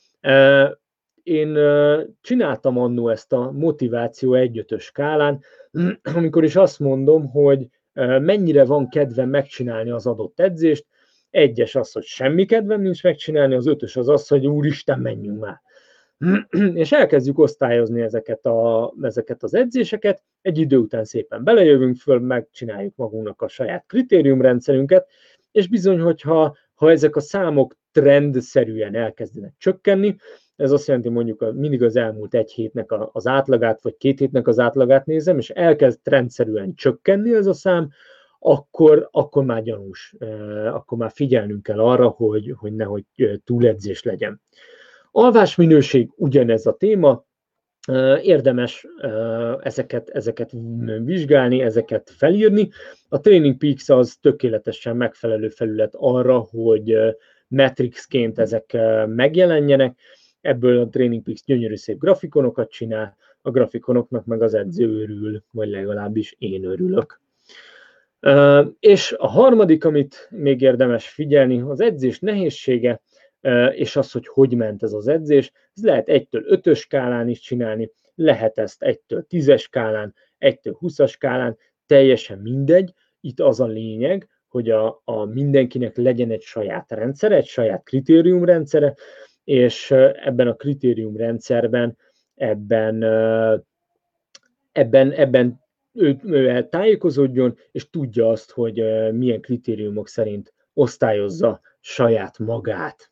Én csináltam annó ezt a motiváció egy-ötös skálán, amikor is azt mondom, hogy mennyire van kedvem megcsinálni az adott edzést. Egyes az, hogy semmi kedvem nincs megcsinálni, az ötös az az, hogy úristen, menjünk már. És elkezdjük osztályozni ezeket, a, ezeket az edzéseket, egy idő után szépen belejövünk föl, megcsináljuk magunknak a saját kritériumrendszerünket, és bizony, hogyha ha ezek a számok trendszerűen elkezdenek csökkenni, ez azt jelenti, mondjuk a, mindig az elmúlt egy hétnek az átlagát, vagy két hétnek az átlagát nézem, és elkezd trendszerűen csökkenni ez a szám, akkor, akkor már gyanús, akkor már figyelnünk kell arra, hogy, hogy nehogy túledzés legyen. Alvásminőség ugyanez a téma, érdemes ezeket, ezeket vizsgálni, ezeket felírni. A Training Peaks az tökéletesen megfelelő felület arra, hogy metrixként ezek megjelenjenek. Ebből a Training Peaks gyönyörű szép grafikonokat csinál, a grafikonoknak meg az edző örül, vagy legalábbis én örülök. Uh, és a harmadik, amit még érdemes figyelni, az edzés nehézsége, uh, és az, hogy hogy ment ez az edzés. Ez lehet egytől ötös skálán is csinálni, lehet ezt egytől tízes skálán, egytől húszas skálán, teljesen mindegy. Itt az a lényeg, hogy a, a mindenkinek legyen egy saját rendszere, egy saját kritériumrendszere, és uh, ebben a kritériumrendszerben, ebben, uh, ebben, ebben ő, ő tájékozódjon, és tudja azt, hogy milyen kritériumok szerint osztályozza saját magát.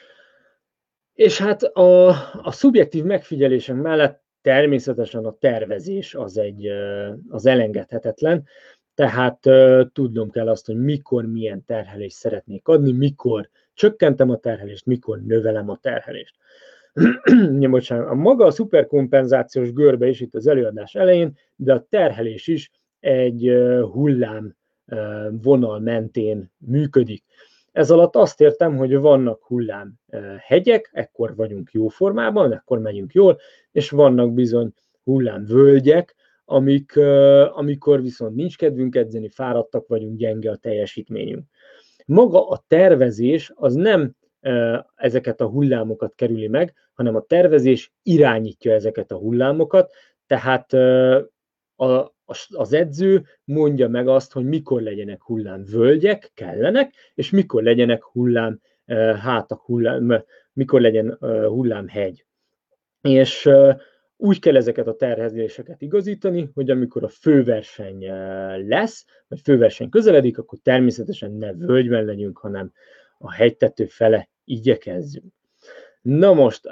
És hát a, a szubjektív megfigyelések mellett természetesen a tervezés az, egy, az elengedhetetlen, tehát tudnom kell azt, hogy mikor milyen terhelést szeretnék adni, mikor csökkentem a terhelést, mikor növelem a terhelést. Bocsánat, a maga a szuperkompenzációs görbe is itt az előadás elején, de a terhelés is egy hullám vonal mentén működik. Ez alatt azt értem, hogy vannak hullám hegyek, ekkor vagyunk jó formában, ekkor megyünk jól, és vannak bizony hullám völgyek, amik, amikor viszont nincs kedvünk edzeni, fáradtak vagyunk, gyenge a teljesítményünk. Maga a tervezés az nem ezeket a hullámokat kerüli meg, hanem a tervezés irányítja ezeket a hullámokat, tehát az edző mondja meg azt, hogy mikor legyenek hullámvölgyek, kellenek, és mikor legyenek hullám hátak, hullám, mikor legyen hullámhegy. és úgy kell ezeket a terheléseket igazítani, hogy amikor a főverseny lesz, vagy főverseny közeledik, akkor természetesen ne völgyben legyünk, hanem a hegytető fele igyekezzünk. Na most,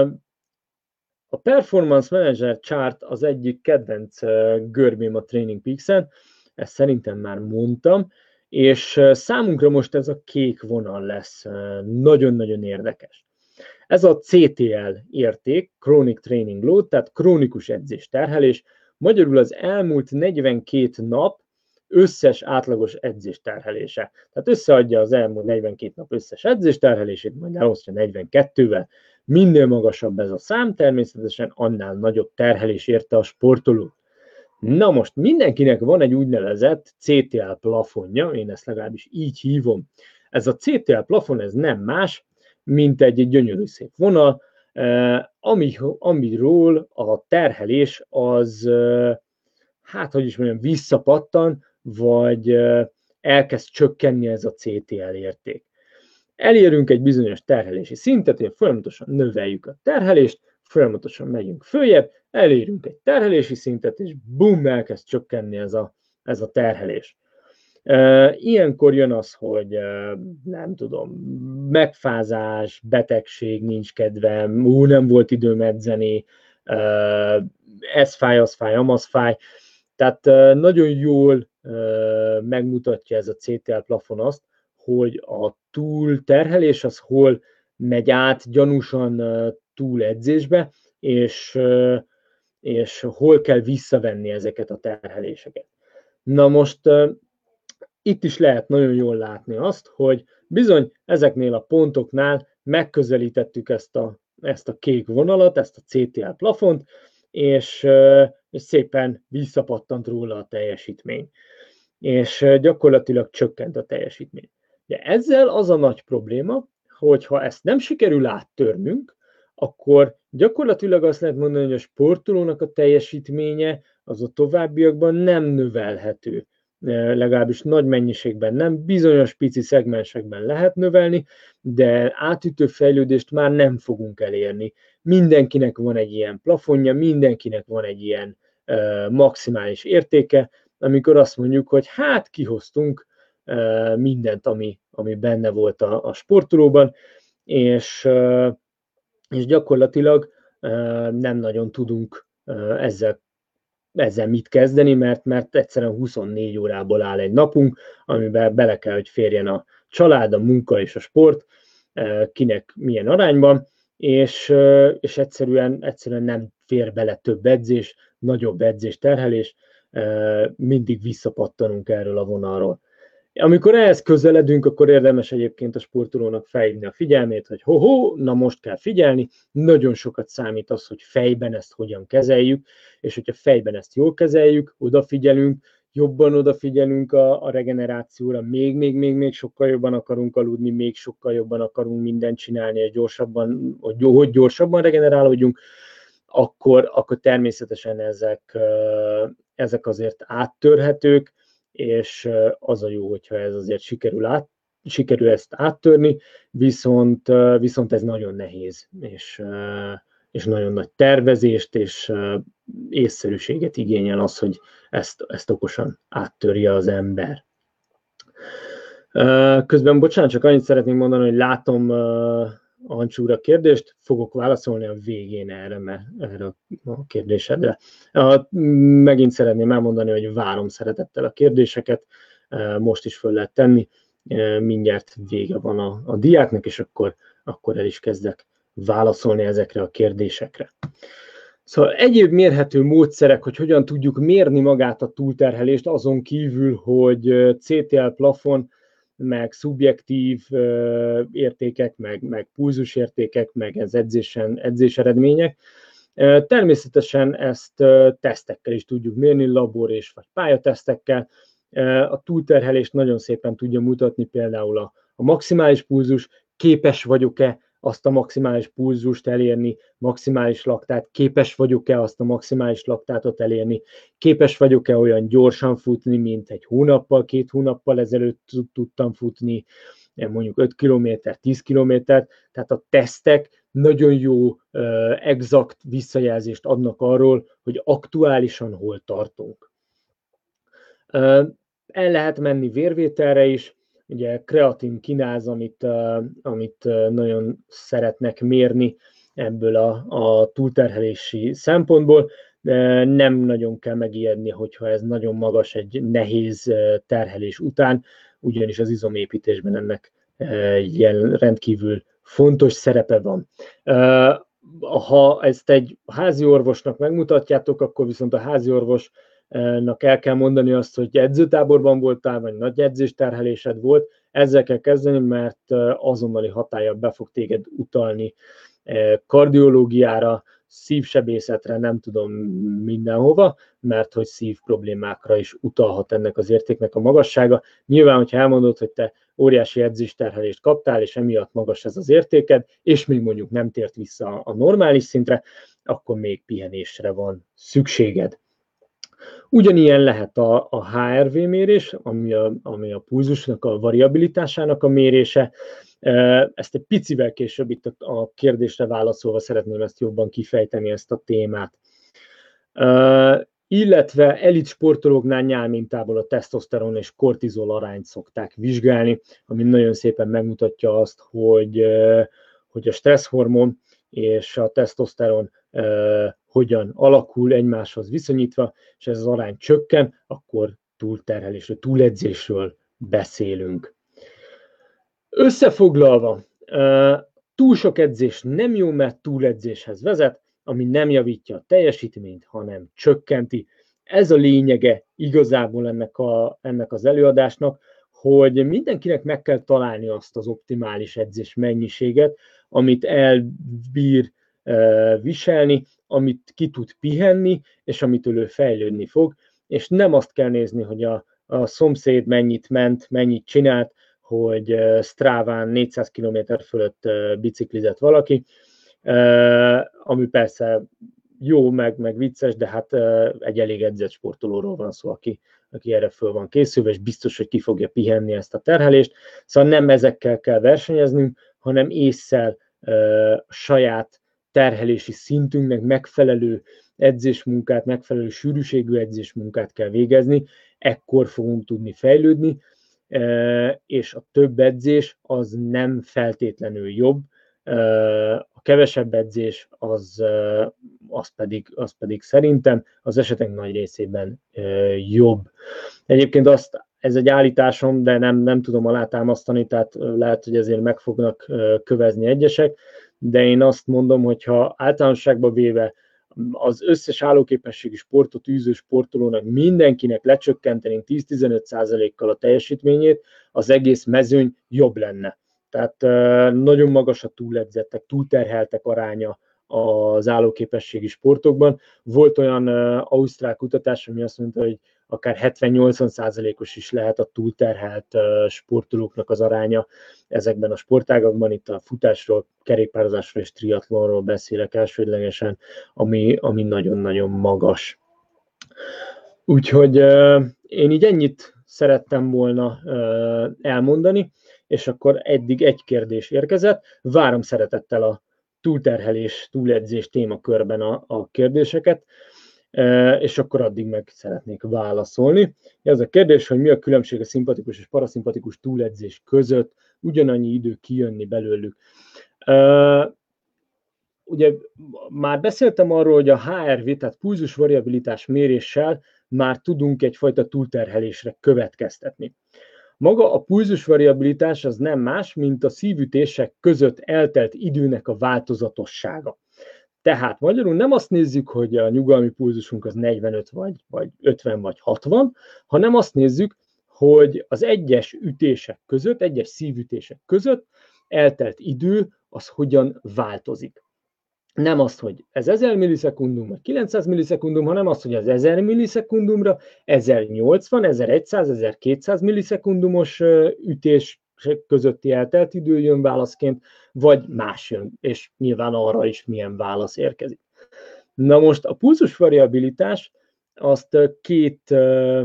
a Performance Manager Chart az egyik kedvenc görbém a Training Peaks-en, ezt szerintem már mondtam, és számunkra most ez a kék vonal lesz nagyon-nagyon érdekes. Ez a cé té el érték, Chronic Training Load, tehát krónikus edzés terhelés, magyarul az elmúlt negyvenkét nap összes átlagos edzés terhelése. Tehát összeadja az elmúlt negyvenkét nap összes edzés terhelését, majd elosztja negyvenkettővel. Minél magasabb ez a szám, természetesen annál nagyobb terhelés érte a sportoló. Na most mindenkinek van egy úgynevezett cé té el plafonja, én ezt legalábbis így hívom. Ez a cé té el plafon, ez nem más, mint egy gyönyörű szép vonal, ami, amiről a terhelés az, hát hogy is mondjam, visszapattan, vagy elkezd csökkenni ez a cé té el érték. Elérünk egy bizonyos terhelési szintet, hogy folyamatosan növeljük a terhelést, folyamatosan megyünk följebb, elérünk egy terhelési szintet, és bum, elkezd csökkenni ez a, ez a terhelés. Ilyenkor jön az, hogy nem tudom, megfázás, betegség, nincs kedvem, ú, nem volt időm edzeni, ez fáj, az fáj, amaz fáj. Tehát nagyon jól megmutatja ez a cé té el plafon azt, hogy a túlterhelés az hol megy át gyanúsan túledzésbe, és, és hol kell visszavenni ezeket a terheléseket. Na most itt is lehet nagyon jól látni azt, hogy bizony ezeknél a pontoknál megközelítettük ezt a, ezt a kék vonalat, ezt a cé té el plafont, és, és szépen visszapattant róla a teljesítmény. És gyakorlatilag csökkent a teljesítmény. De ezzel az a nagy probléma, hogy ha ezt nem sikerül áttörnünk, akkor gyakorlatilag azt lehet mondani, hogy a sportolónak a teljesítménye az a továbbiakban nem növelhető. Legalábbis nagy mennyiségben nem, bizonyos pici szegmensekben lehet növelni, de átütő fejlődést már nem fogunk elérni. Mindenkinek van egy ilyen plafonja, mindenkinek van egy ilyen uh, maximális értéke, amikor azt mondjuk, hogy hát kihoztunk uh, mindent, ami, ami benne volt a, a sportolóban, és, uh, és gyakorlatilag uh, nem nagyon tudunk uh, ezzel ezzel mit kezdeni, mert, mert egyszerűen huszonnégy órából áll egy napunk, amiben bele kell, hogy férjen a család, a munka és a sport, kinek milyen arányban, és, és egyszerűen, egyszerűen nem fér bele több edzés, nagyobb edzés, terhelés, mindig visszapattanunk erről a vonalról. Amikor ehhez közeledünk, akkor érdemes egyébként a sportolónak felhívni a figyelmét, hogy ho-ho, na most kell figyelni, nagyon sokat számít az, hogy fejben ezt hogyan kezeljük, és hogyha fejben ezt jól kezeljük, odafigyelünk, jobban odafigyelünk a, a regenerációra, még, még, még, még sokkal jobban akarunk aludni, még sokkal jobban akarunk mindent csinálni, és gyorsabban, hogy, hogy gyorsabban regenerálódjunk, akkor, akkor természetesen ezek, ezek azért áttörhetők, és az a jó, hogyha ez azért sikerül, át, sikerül ezt áttörni, viszont, viszont ez nagyon nehéz, és, és nagyon nagy tervezést és észszerűséget igényel az, hogy ezt, ezt okosan áttörje az ember. Közben, bocsánat, csak annyit szeretném mondani, hogy látom Ancsú úr a kérdést, fogok válaszolni a végén erre, mert, erre a kérdésedre. Megint szeretném elmondani, hogy várom szeretettel a kérdéseket, most is föl lehet tenni, mindjárt vége van a, a diáknak, és akkor, akkor el is kezdek válaszolni ezekre a kérdésekre. Szóval egyéb mérhető módszerek, hogy hogyan tudjuk mérni magát a túlterhelést, azon kívül, hogy cé té el plafon, meg szubjektív uh, értékek, meg, meg pulzusértékek, meg ez edzésen, edzés eredmények. Uh, természetesen ezt uh, tesztekkel is tudjuk mérni, labor és vagy pályatesztekkel. Uh, a túlterhelést nagyon szépen tudja mutatni például a, a maximális pulzus, képes vagyok-e azt a maximális pulzust elérni, maximális laktát, képes vagyok-e azt a maximális laktátot elérni, képes vagyok-e olyan gyorsan futni, mint egy hónappal, két hónappal ezelőtt tudtam futni, mondjuk öt kilométer, tíz kilométer, tehát a tesztek nagyon jó, exakt visszajelzést adnak arról, hogy aktuálisan hol tartunk. El lehet menni vérvételre is, ugye kreatin kináz, amit, amit nagyon szeretnek mérni ebből a, a túlterhelési szempontból, de nem nagyon kell megijedni, hogyha ez nagyon magas egy nehéz terhelés után, ugyanis az izomépítésben ennek jelen rendkívül fontos szerepe van. Ha ezt egy házi orvosnak megmutatjátok, akkor viszont a házi orvosnak el kell mondani azt, hogy edzőtáborban voltál, vagy nagy edzésterhelésed volt, ezzel kell kezdeni, mert azonnali hatállyal be fog téged utalni kardiológiára, szívsebészetre, nem tudom mindenhova, mert hogy szív problémákra is utalhat ennek az értéknek a magassága. Nyilván, hogyha elmondod, hogy te óriási edzésterhelést kaptál, és emiatt magas ez az értéked, és még mondjuk nem tért vissza a normális szintre, akkor még pihenésre van szükséged. Ugyanilyen lehet a, a há er vé mérés, ami a, ami a pulzusnak a variabilitásának a mérése. Ezt egy picivel később itt a kérdésre válaszolva szeretném ezt jobban kifejteni, ezt a témát. Illetve elit sportolóknál nyálmintából a tesztoszteron és kortizol arányt szokták vizsgálni, ami nagyon szépen megmutatja azt, hogy, hogy a stresszhormon és a tesztoszteron hogyan alakul egymáshoz viszonyítva, és ez az arány csökken, akkor túlterhelésről, túledzésről beszélünk. Összefoglalva, túl sok edzés nem jó, mert túledzéshez vezet, ami nem javítja a teljesítményt, hanem csökkenti. Ez a lényege igazából ennek, a, ennek az előadásnak, hogy mindenkinek meg kell találni azt az optimális edzés mennyiséget, amit elbír uh, viselni, amit ki tud pihenni, és amitől ő fejlődni fog, és nem azt kell nézni, hogy a, a szomszéd mennyit ment, mennyit csinált, hogy uh, Stráván négyszáz kilométer fölött uh, biciklizett valaki, uh, ami persze jó, meg, meg vicces, de hát uh, egy elég edzett sportolóról van szó, aki, aki erre föl van készülve, és biztos, hogy ki fogja pihenni ezt a terhelést. Szóval nem ezekkel kell versenyeznünk, hanem ésszel uh, saját terhelési szintünknek megfelelő edzésmunkát, megfelelő sűrűségű edzésmunkát kell végezni, ekkor fogunk tudni fejlődni, uh, és a több edzés az nem feltétlenül jobb, uh, a kevesebb edzés az, uh, az, pedig, az pedig szerintem az esetek nagy részében uh, jobb. Egyébként azt, ez egy állításom, de nem, nem tudom alátámasztani, tehát lehet, hogy ezért meg fognak uh, kövezni egyesek, de én azt mondom, hogy ha általánosságban véve az összes állóképességi sportot űző sportolónak mindenkinek lecsökkentenénk tíz-tizenöt százalékkal a teljesítményét, az egész mezőny jobb lenne. Tehát nagyon magas a túledzettek, túlterheltek aránya az állóképességi sportokban. Volt olyan ausztrál kutatás, ami azt mondta, hogy akár hetven-nyolcvan százalékos is lehet a túlterhelt sportolóknak az aránya ezekben a sportágakban. Itt a futásról, kerékpározásról és triatlonról beszélek elsődlegesen, ami, ami nagyon-nagyon magas. Úgyhogy én így ennyit szerettem volna elmondani, és akkor eddig egy kérdés érkezett. Várom szeretettel a túlterhelés, túledzés témakörben a, a kérdéseket, és akkor addig meg szeretnék válaszolni. Ez a kérdés, hogy mi a különbség a szimpatikus és paraszimpatikus túledzés között, ugyanannyi idő kijönni belőlük. Ugye már beszéltem arról, hogy a há er vé, tehát pulzus variabilitás méréssel már tudunk egyfajta túlterhelésre következtetni. Maga a pulzus variabilitás az nem más, mint a szívütések között eltelt időnek a változatossága. Tehát magyarul nem azt nézzük, hogy a nyugalmi pulzusunk az negyvenöt vagy, vagy ötven vagy hatvan, hanem azt nézzük, hogy az egyes ütések között, egyes szívütések között eltelt idő az hogyan változik. Nem azt, hogy ez ezer millisekundum vagy kilencszáz millisekundum, hanem azt, hogy az ezer millisekundumra ezernyolcvan, ezerszáz, ezerkétszáz millisekundumos ütés közötti eltelt idő jön válaszként, vagy más jön, és nyilván arra is milyen válasz érkezik. Na most a pulzus variabilitás azt két,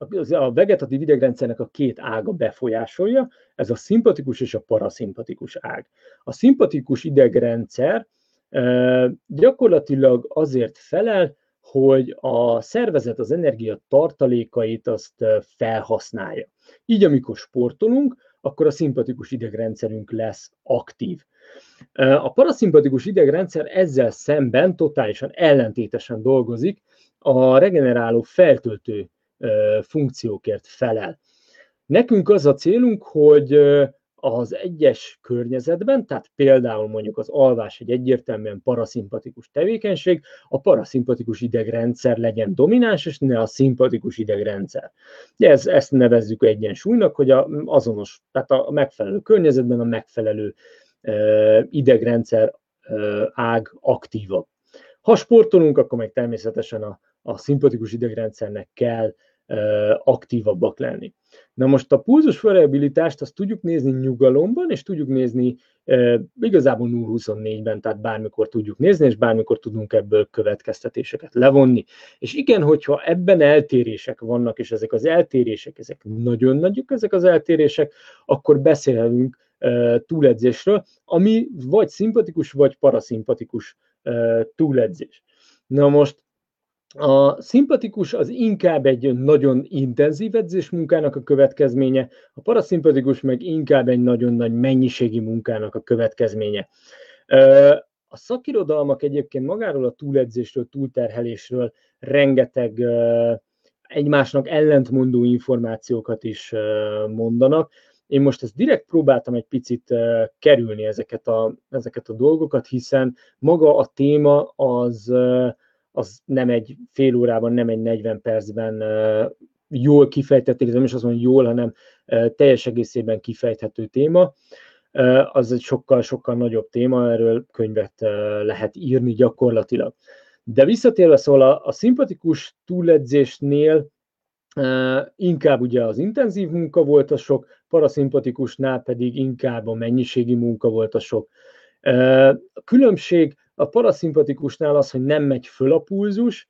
a vegetatív idegrendszernek a két ága befolyásolja, ez a szimpatikus és a paraszimpatikus ág. A szimpatikus idegrendszer gyakorlatilag azért felel, hogy a szervezet az energia tartalékait azt felhasználja. Így amikor sportolunk, akkor a szimpatikus idegrendszerünk lesz aktív. A paraszimpatikus idegrendszer ezzel szemben totálisan ellentétesen dolgozik, a regeneráló feltöltő funkciókért felel. Nekünk az a célunk, hogy az egyes környezetben, tehát például mondjuk az alvás egy egyértelműen paraszimpatikus tevékenység, a paraszimpatikus idegrendszer legyen domináns, és ne a szimpatikus idegrendszer. De ez, ezt nevezzük egyensúlynak, hogy a azonos, tehát a megfelelő környezetben a megfelelő uh, idegrendszer uh, ág aktívabb. Ha sportolunk, akkor meg természetesen a, a szimpatikus idegrendszernek kell aktívabbak lenni. Na most a pulzus variabilitást azt tudjuk nézni nyugalomban, és tudjuk nézni e, igazából nulla huszonnégyben, tehát bármikor tudjuk nézni, és bármikor tudunk ebből következtetéseket levonni. És igen, hogyha ebben eltérések vannak, és ezek az eltérések, ezek nagyon nagyok, ezek az eltérések, akkor beszélünk e, túledzésről, ami vagy szimpatikus, vagy paraszimpatikus e, túledzés. Na most a szimpatikus az inkább egy nagyon intenzív edzésmunkának a következménye, a paraszimpatikus meg inkább egy nagyon nagy mennyiségi munkának a következménye. A szakirodalmak egyébként magáról a túledzésről, túlterhelésről rengeteg egymásnak ellentmondó információkat is mondanak. Én most ezt direkt próbáltam egy picit kerülni ezeket a, ezeket a dolgokat, hiszen maga a téma az az nem egy fél órában, nem egy negyven percben uh, jól kifejtették, nem is azt mondom jól, hanem uh, teljes egészében kifejthető téma. Uh, az egy sokkal-sokkal nagyobb téma, erről könyvet uh, lehet írni gyakorlatilag. De visszatérve szóval a, a szimpatikus túledzésnél uh, inkább ugye az intenzív munka volt a sok, paraszimpatikusnál pedig inkább a mennyiségi munka volt a sok. Uh, a különbség a paraszimpatikusnál az, hogy nem megy föl a pulzus,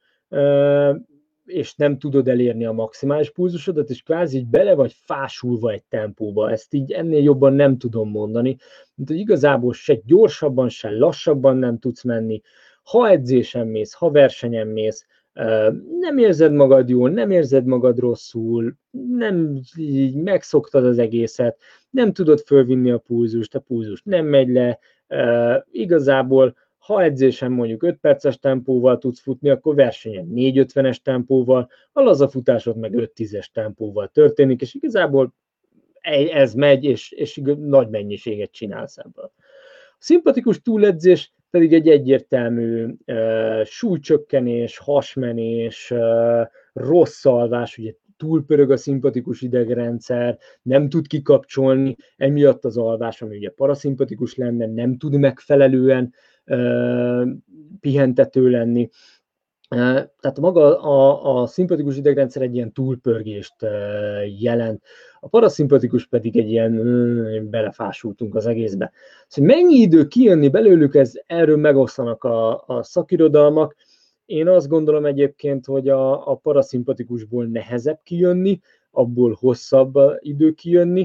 és nem tudod elérni a maximális pulzusodat, és kvázi így bele vagy fásulva egy tempóba. Ezt így ennél jobban nem tudom mondani, mint hogy igazából se gyorsabban, se lassabban nem tudsz menni. Ha edzésen mész, ha versenyen mész, nem érzed magad jól, nem érzed magad rosszul, nem így megszoktad az egészet, nem tudod fölvinni a pulzust, a pulzus nem megy le, igazából ha edzésen mondjuk öt perces tempóval tudsz futni, akkor versenyen négy ötvenes tempóval, a lazafutásod meg öt tízes tempóval történik, és igazából ez megy, és, és nagy mennyiséget csinálsz ebből. A szimpatikus túledzés pedig egy egyértelmű uh, súlycsökkenés, hasmenés, uh, rossz alvás, ugye túlpörög a szimpatikus idegrendszer, nem tud kikapcsolni, emiatt az alvás, ami ugye paraszimpatikus lenne, nem tud megfelelően uh, pihentető lenni. Uh, tehát maga a, a szimpatikus idegrendszer egy ilyen túlpörgést uh, jelent, a paraszimpatikus pedig egy ilyen uh, belefásultunk az egészbe. Szóval mennyi idő kijönni belőlük, ez, erről megosztanak a, a szakirodalmak. Én azt gondolom egyébként, hogy a, a paraszimpatikusból nehezebb kijönni, abból hosszabb idő kijönni,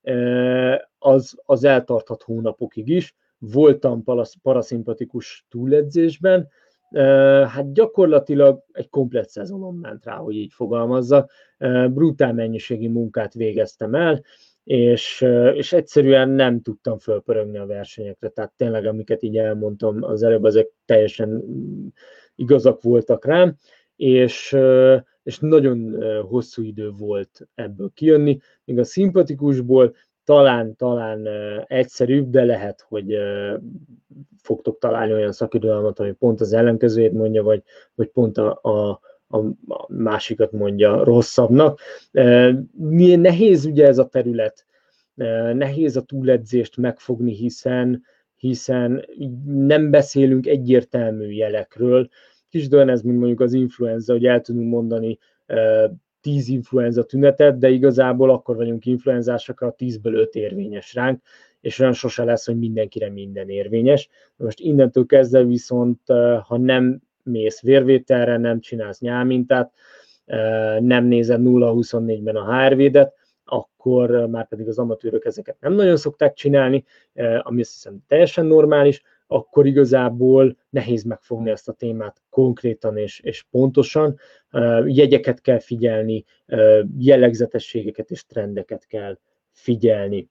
az, az eltarthat hónapokig is. Voltam paraszimpatikus túledzésben, hát gyakorlatilag egy komplett szezonon ment rá, hogy így fogalmazzak. Brutál mennyiségi munkát végeztem el, és, és egyszerűen nem tudtam fölpörögni a versenyekre. Tehát tényleg, amiket így elmondtam az előbb, ezek teljesen igazak voltak rám, és, és nagyon hosszú idő volt ebből kijönni, míg a szimpatikusból talán, talán egyszerűbb, de lehet, hogy fogtok találni olyan szakirodalmat, ami pont az ellenkezőjét mondja, vagy, vagy pont a, a, a másikat mondja rosszabbnak. Nehéz ugye ez a terület, nehéz a túledzést megfogni, hiszen, hiszen nem beszélünk egyértelmű jelekről. Kicsit olyan ez, mint mondjuk az influenza, hogy el tudunk mondani tíz influenza tünetet, de igazából akkor vagyunk influenzásak, a tízből öt érvényes ránk, és olyan sose lesz, hogy mindenkire minden érvényes. Most innentől kezdve viszont, ha nem mész vérvételre, nem csinálsz nyálmintát, nem nézed nulla huszonnégyben a há er vé-det, akkor már pedig az amatőrök ezeket nem nagyon szokták csinálni, ami azt hiszem teljesen normális, akkor igazából nehéz megfogni ezt a témát konkrétan és, és pontosan. Jegyeket kell figyelni, jellegzetességeket és trendeket kell figyelni.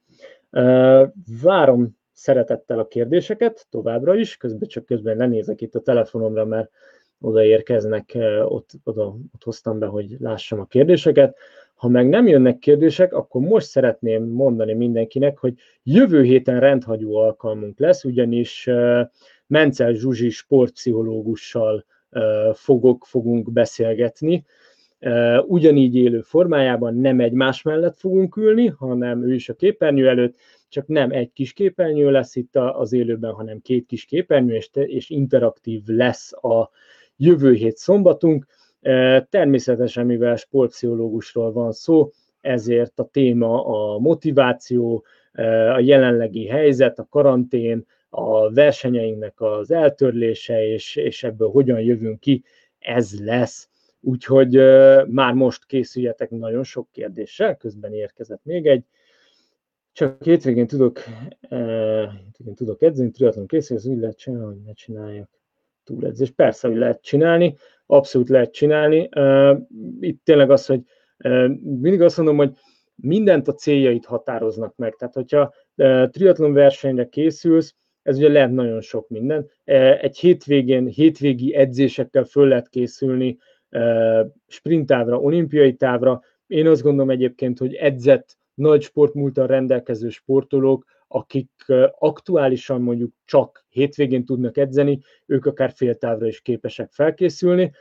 Várom szeretettel a kérdéseket továbbra is, közben csak közben lenézek itt a telefonomra, mert odaérkeznek, ott, oda, ott hoztam be, hogy lássam a kérdéseket. Ha meg nem jönnek kérdések, akkor most szeretném mondani mindenkinek, hogy jövő héten rendhagyó alkalmunk lesz, ugyanis Mencel Zsuzsi sportpszichológussal fogok, fogunk beszélgetni. Ugyanígy élő formájában nem egymás mellett fogunk ülni, hanem ő is a képernyő előtt, csak nem egy kis képernyő lesz itt az élőben, hanem két kis képernyő, és, és interaktív lesz a jövő hét szombatunk. Természetesen, mivel sportpszichológusról van szó, ezért a téma a motiváció, a jelenlegi helyzet, a karantén, a versenyeinknek az eltörlése, és, és ebből hogyan jövünk ki, ez lesz. Úgyhogy már most készüljetek nagyon sok kérdéssel, közben érkezett még egy. Csak hétvégén tudok, hétvégén tudok edzeni, triatlon készül, ez úgy lehet csinálni, hogy ne csináljak túledzést. Persze, hogy lehet csinálni, abszolút lehet csinálni. Itt tényleg az, hogy mindig azt mondom, hogy mindent a céljait határoznak meg. Tehát, hogyha triatlon versenyre készülsz, ez ugye lehet nagyon sok minden. Egy hétvégén, hétvégi edzésekkel föl lehet készülni sprinttávra, olimpiai távra. Én azt gondolom egyébként, hogy edzett, nagy sportmúlttal rendelkező sportolók, akik aktuálisan mondjuk csak hétvégén tudnak edzeni, ők akár féltávra is képesek felkészülni.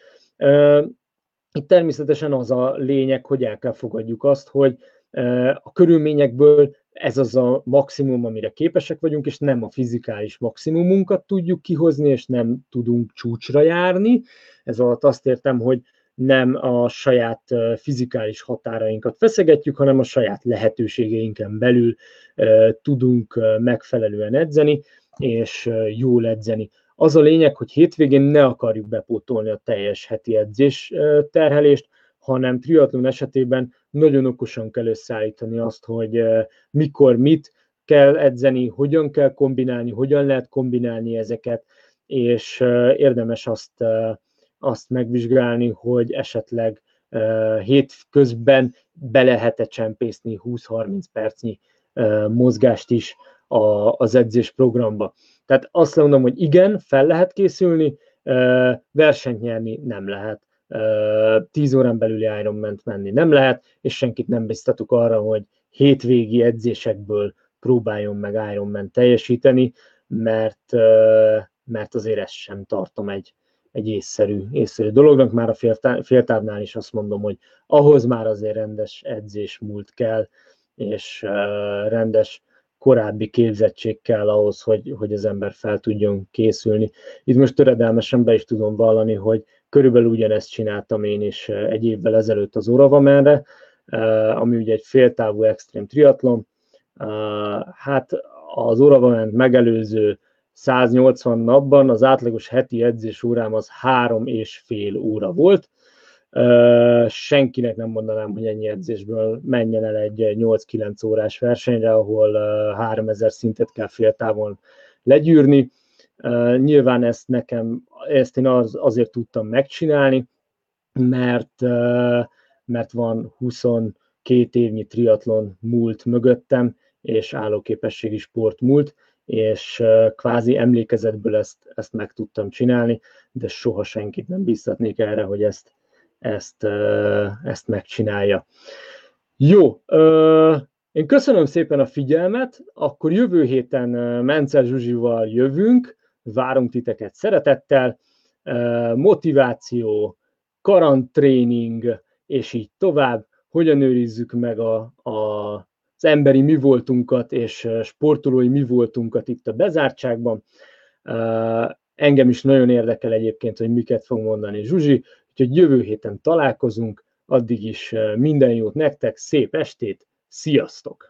Itt természetesen az a lényeg, hogy el kell fogadjuk azt, hogy a körülményekből ez az a maximum, amire képesek vagyunk, és nem a fizikális maximumunkat tudjuk kihozni, és nem tudunk csúcsra járni. Ez alatt azt értem, hogy nem a saját fizikális határainkat feszegetjük, hanem a saját lehetőségeinken belül tudunk megfelelően edzeni, és jól edzeni. Az a lényeg, hogy hétvégén ne akarjuk bepótolni a teljes heti edzés terhelést, hanem triatlon esetében nagyon okosan kell összeállítani azt, hogy mikor mit kell edzeni, hogyan kell kombinálni, hogyan lehet kombinálni ezeket, és érdemes azt, azt megvizsgálni, hogy esetleg hét közben be lehet-e csempészni húsz-harminc percnyi mozgást is az edzésprogramba. Tehát azt mondom, hogy igen, fel lehet készülni, versenyt nyerni nem lehet. tíz órán belüli Ironman-t menni nem lehet, és senkit nem biztatok arra, hogy hétvégi edzésekből próbáljon meg Ironman teljesíteni, mert, mert azért ezt sem tartom egy, egy észszerű, észszerű dolognak. Már a féltávnál is azt mondom, hogy ahhoz már azért rendes edzésmúlt kell, és rendes korábbi képzettség kell ahhoz, hogy, hogy az ember fel tudjon készülni. Itt most töredelmesen be is tudom vallani, hogy körülbelül ugyanezt csináltam én is egy évvel ezelőtt az Oravamenre, ami ugye egy féltávú extrém triatlon. Hát az Oravament megelőző száznyolcvan napban az átlagos heti edzés órám az három és fél óra volt. Senkinek nem mondanám, hogy ennyi edzésből menjen el egy nyolc-kilenc órás versenyre, ahol háromezer szintet kell féltávon legyűrni. Nyilván ezt nekem, ezt én az, azért tudtam megcsinálni, mert, mert van huszonkét évnyi triatlon múlt mögöttem, és állóképességi sport múlt, és kvázi emlékezetből ezt, ezt meg tudtam csinálni, de soha senkit nem biztatnék erre, hogy ezt, ezt, ezt megcsinálja. Jó, én köszönöm szépen a figyelmet, akkor jövő héten Mencel Zsuzsival jövünk, várunk titeket szeretettel, motiváció, karantréning, és így tovább, hogyan őrizzük meg a, a, az emberi mi voltunkat és sportolói mi voltunkat itt a bezártságban. Engem is nagyon érdekel egyébként, hogy miket fog mondani Zsuzsi, úgyhogy jövő héten találkozunk, addig is minden jót nektek, szép estét, sziasztok!